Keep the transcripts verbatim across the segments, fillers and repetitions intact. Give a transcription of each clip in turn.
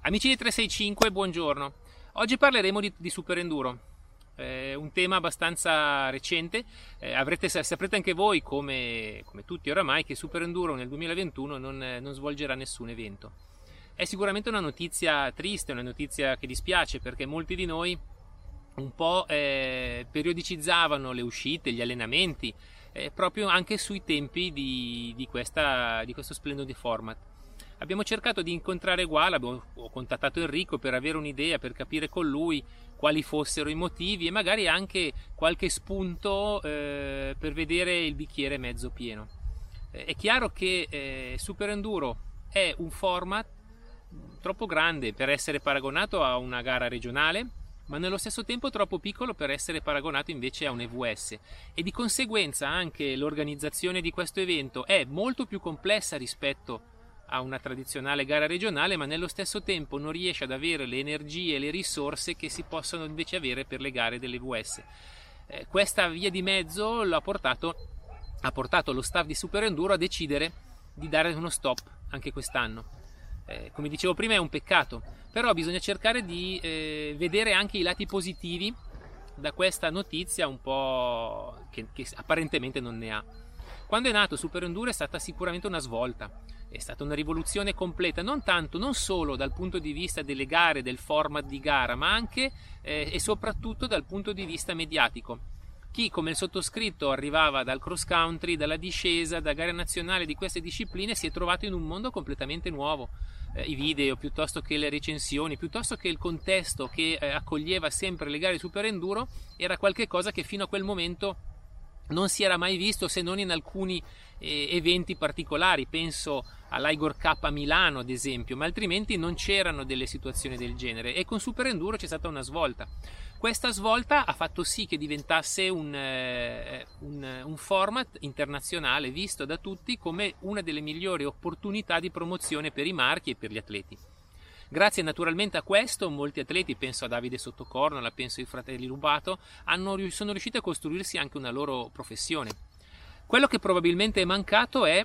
Amici di trecentosessantacinque, buongiorno. Oggi parleremo di, di super enduro, eh, un tema abbastanza recente. Eh, avrete, saprete anche voi, come, come tutti oramai, che super enduro nel duemilaventuno non, non svolgerà nessun evento. È sicuramente una notizia triste, una notizia che dispiace, perché molti di noi un po' eh, periodicizzavano le uscite, gli allenamenti, eh, proprio anche sui tempi di, di, questa, di questo splendido format. Abbiamo cercato di incontrare Guala, abbiamo, ho contattato Enrico per avere un'idea, per capire con lui quali fossero i motivi e magari anche qualche spunto eh, per vedere il bicchiere mezzo pieno. Eh, è chiaro che eh, Super Enduro è un format troppo grande per essere paragonato a una gara regionale, ma nello stesso tempo troppo piccolo per essere paragonato invece a un E V S, e di conseguenza anche l'organizzazione di questo evento è molto più complessa rispetto a una tradizionale gara regionale, ma nello stesso tempo non riesce ad avere le energie e le risorse che si possono invece avere per le gare dell'E V S. Eh, questa via di mezzo l'ha portato, ha portato lo staff di Super Enduro a decidere di dare uno stop anche quest'anno. Eh, come dicevo prima, è un peccato, però bisogna cercare di eh, vedere anche i lati positivi da questa notizia un po' che, che apparentemente non ne ha. Quando è nato Super Enduro è stata sicuramente una svolta, è stata una rivoluzione completa, non tanto, non solo dal punto di vista delle gare, del format di gara, ma anche eh, e soprattutto dal punto di vista mediatico. Chi come il sottoscritto arrivava dal cross country, dalla discesa, da gare nazionali di queste discipline, si è trovato in un mondo completamente nuovo. Eh, I video, piuttosto che le recensioni, piuttosto che il contesto che eh, accoglieva sempre le gare di Super Enduro, era qualcosa che fino a quel momento non si era mai visto, se non in alcuni eh, eventi particolari. Penso all'Igor Cup a Milano ad esempio, ma altrimenti non c'erano delle situazioni del genere, e con Super Enduro c'è stata una svolta. Questa svolta ha fatto sì che diventasse un, eh, un, un format internazionale visto da tutti come una delle migliori opportunità di promozione per i marchi e per gli atleti. Grazie naturalmente a questo, molti atleti, penso a Davide Sottocornola, penso ai fratelli Rubato, hanno, sono riusciti a costruirsi anche una loro professione. Quello che probabilmente è mancato è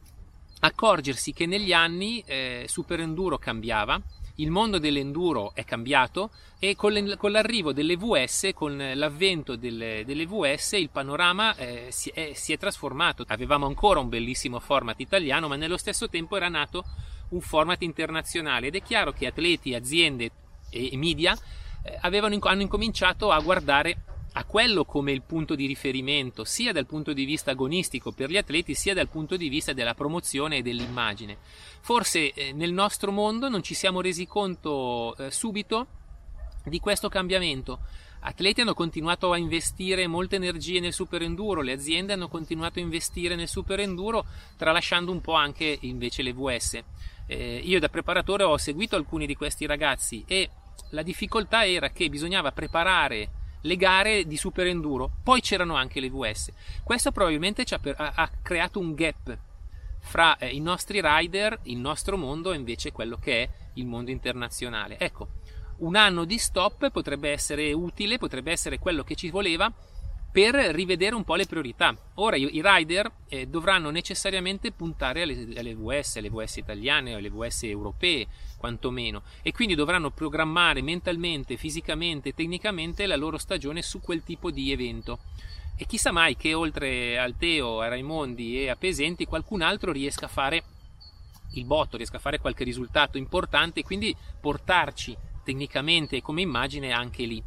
accorgersi che negli anni eh, Super Enduro cambiava, il mondo dell'enduro è cambiato, e con, le, con l'arrivo dell'E V S, con l'avvento delle, dell'E V S, il panorama eh, si, è, si è trasformato. Avevamo ancora un bellissimo format italiano, ma nello stesso tempo era nato un format internazionale, ed è chiaro che atleti, aziende e media eh, avevano, hanno incominciato a guardare a quello come il punto di riferimento, sia dal punto di vista agonistico per gli atleti, sia dal punto di vista della promozione e dell'immagine. Forse eh, nel nostro mondo non ci siamo resi conto eh, subito di questo cambiamento. Atleti hanno continuato a investire molte energie nel Super Enduro, le aziende hanno continuato a investire nel Super Enduro, tralasciando un po' anche invece l'E V S. Eh, io da preparatore ho seguito alcuni di questi ragazzi, e la difficoltà era che bisognava preparare le gare di Super Enduro, poi c'erano anche le V S. Questo probabilmente ci ha, per, ha, ha creato un gap fra eh, i nostri rider, il nostro mondo, e invece quello che è il mondo internazionale. Ecco, un anno di stop potrebbe essere utile, potrebbe essere quello che ci voleva per rivedere un po' le priorità. Ora i, i rider eh, dovranno necessariamente puntare alle, alle V S, alle V S italiane o alle V S europee quantomeno, e quindi dovranno programmare mentalmente, fisicamente, tecnicamente la loro stagione su quel tipo di evento. E chissà mai che oltre al Teo, a Raimondi e a Pesenti qualcun altro riesca a fare il botto, riesca a fare qualche risultato importante e quindi portarci tecnicamente e come immagine anche lì.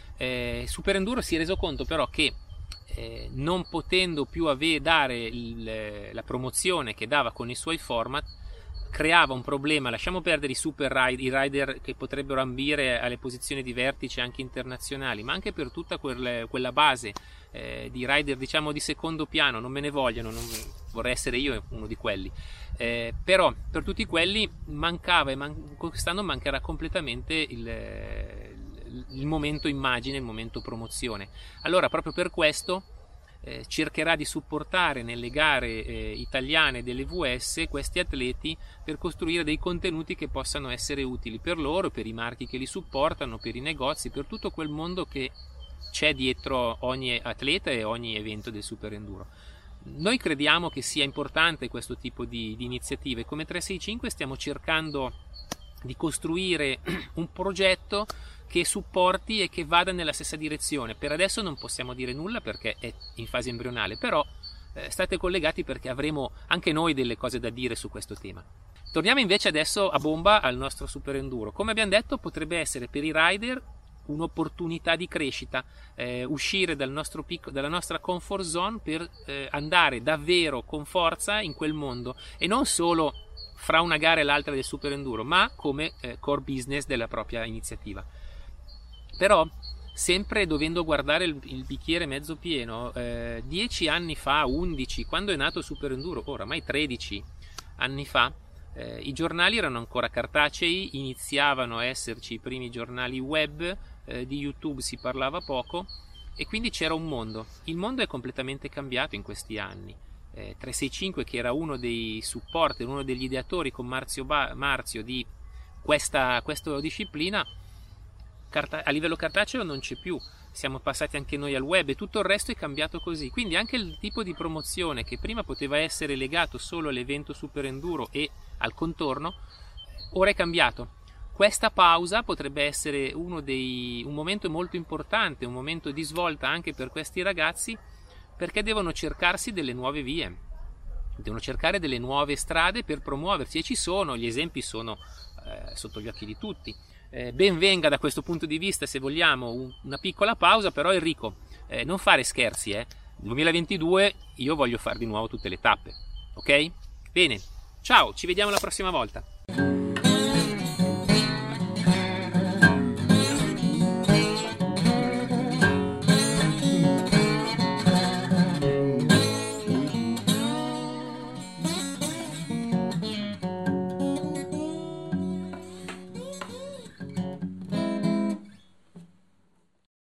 Eh, Super Enduro si è reso conto però che eh, non potendo più ave- dare il, la promozione che dava con i suoi format, creava un problema. Lasciamo perdere i super rider, i rider che potrebbero ambire alle posizioni di vertice anche internazionali, ma anche per tutta quel, quella base eh, di rider, diciamo, di secondo piano. Non me ne vogliono, non vorrei essere io uno di quelli, eh, però per tutti quelli mancava, e man- quest'anno mancherà completamente il il momento immagine, il momento promozione. Allora proprio per questo eh, cercherà di supportare nelle gare eh, italiane delle V S questi atleti per costruire dei contenuti che possano essere utili per loro, per i marchi che li supportano, per i negozi, per tutto quel mondo che c'è dietro ogni atleta e ogni evento del Super Enduro. Noi crediamo che sia importante questo tipo di, di iniziative. Come trecentosessantacinque stiamo cercando di costruire un progetto che supporti e che vada nella stessa direzione. Per adesso non possiamo dire nulla perché è in fase embrionale, però eh, state collegati perché avremo anche noi delle cose da dire su questo tema. Torniamo invece adesso a bomba al nostro super enduro. Come abbiamo detto, potrebbe essere per i rider un'opportunità di crescita, eh, uscire dal nostro picco, dalla nostra comfort zone per eh, andare davvero con forza in quel mondo, e non solo fra una gara e l'altra del super enduro, ma come eh, core business della propria iniziativa. Però sempre dovendo guardare il, il bicchiere mezzo pieno, eh, dieci anni fa, undici, quando è nato super enduro, oramai tredici anni fa, eh, i giornali erano ancora cartacei, iniziavano a esserci i primi giornali web, eh, di YouTube si parlava poco, e quindi c'era un mondo. Il mondo è completamente cambiato in questi anni. eh, tre sei cinque, che era uno dei supporter, uno degli ideatori con Marzio, ba- Marzio di questa, questa disciplina, carta- a livello cartaceo non c'è più, siamo passati anche noi al web e tutto il resto è cambiato così. Quindi anche il tipo di promozione che prima poteva essere legato solo all'evento super enduro e al contorno, ora è cambiato. Questa pausa potrebbe essere uno dei, un momento molto importante, un momento di svolta anche per questi ragazzi, perché devono cercarsi delle nuove vie, devono cercare delle nuove strade per promuoversi, e ci sono, gli esempi sono eh, sotto gli occhi di tutti. Eh, ben venga da questo punto di vista, se vogliamo, un, una piccola pausa, però Enrico, eh, non fare scherzi, eh. duemilaventidue io voglio fare di nuovo tutte le tappe, ok? Bene, ciao, ci vediamo la prossima volta.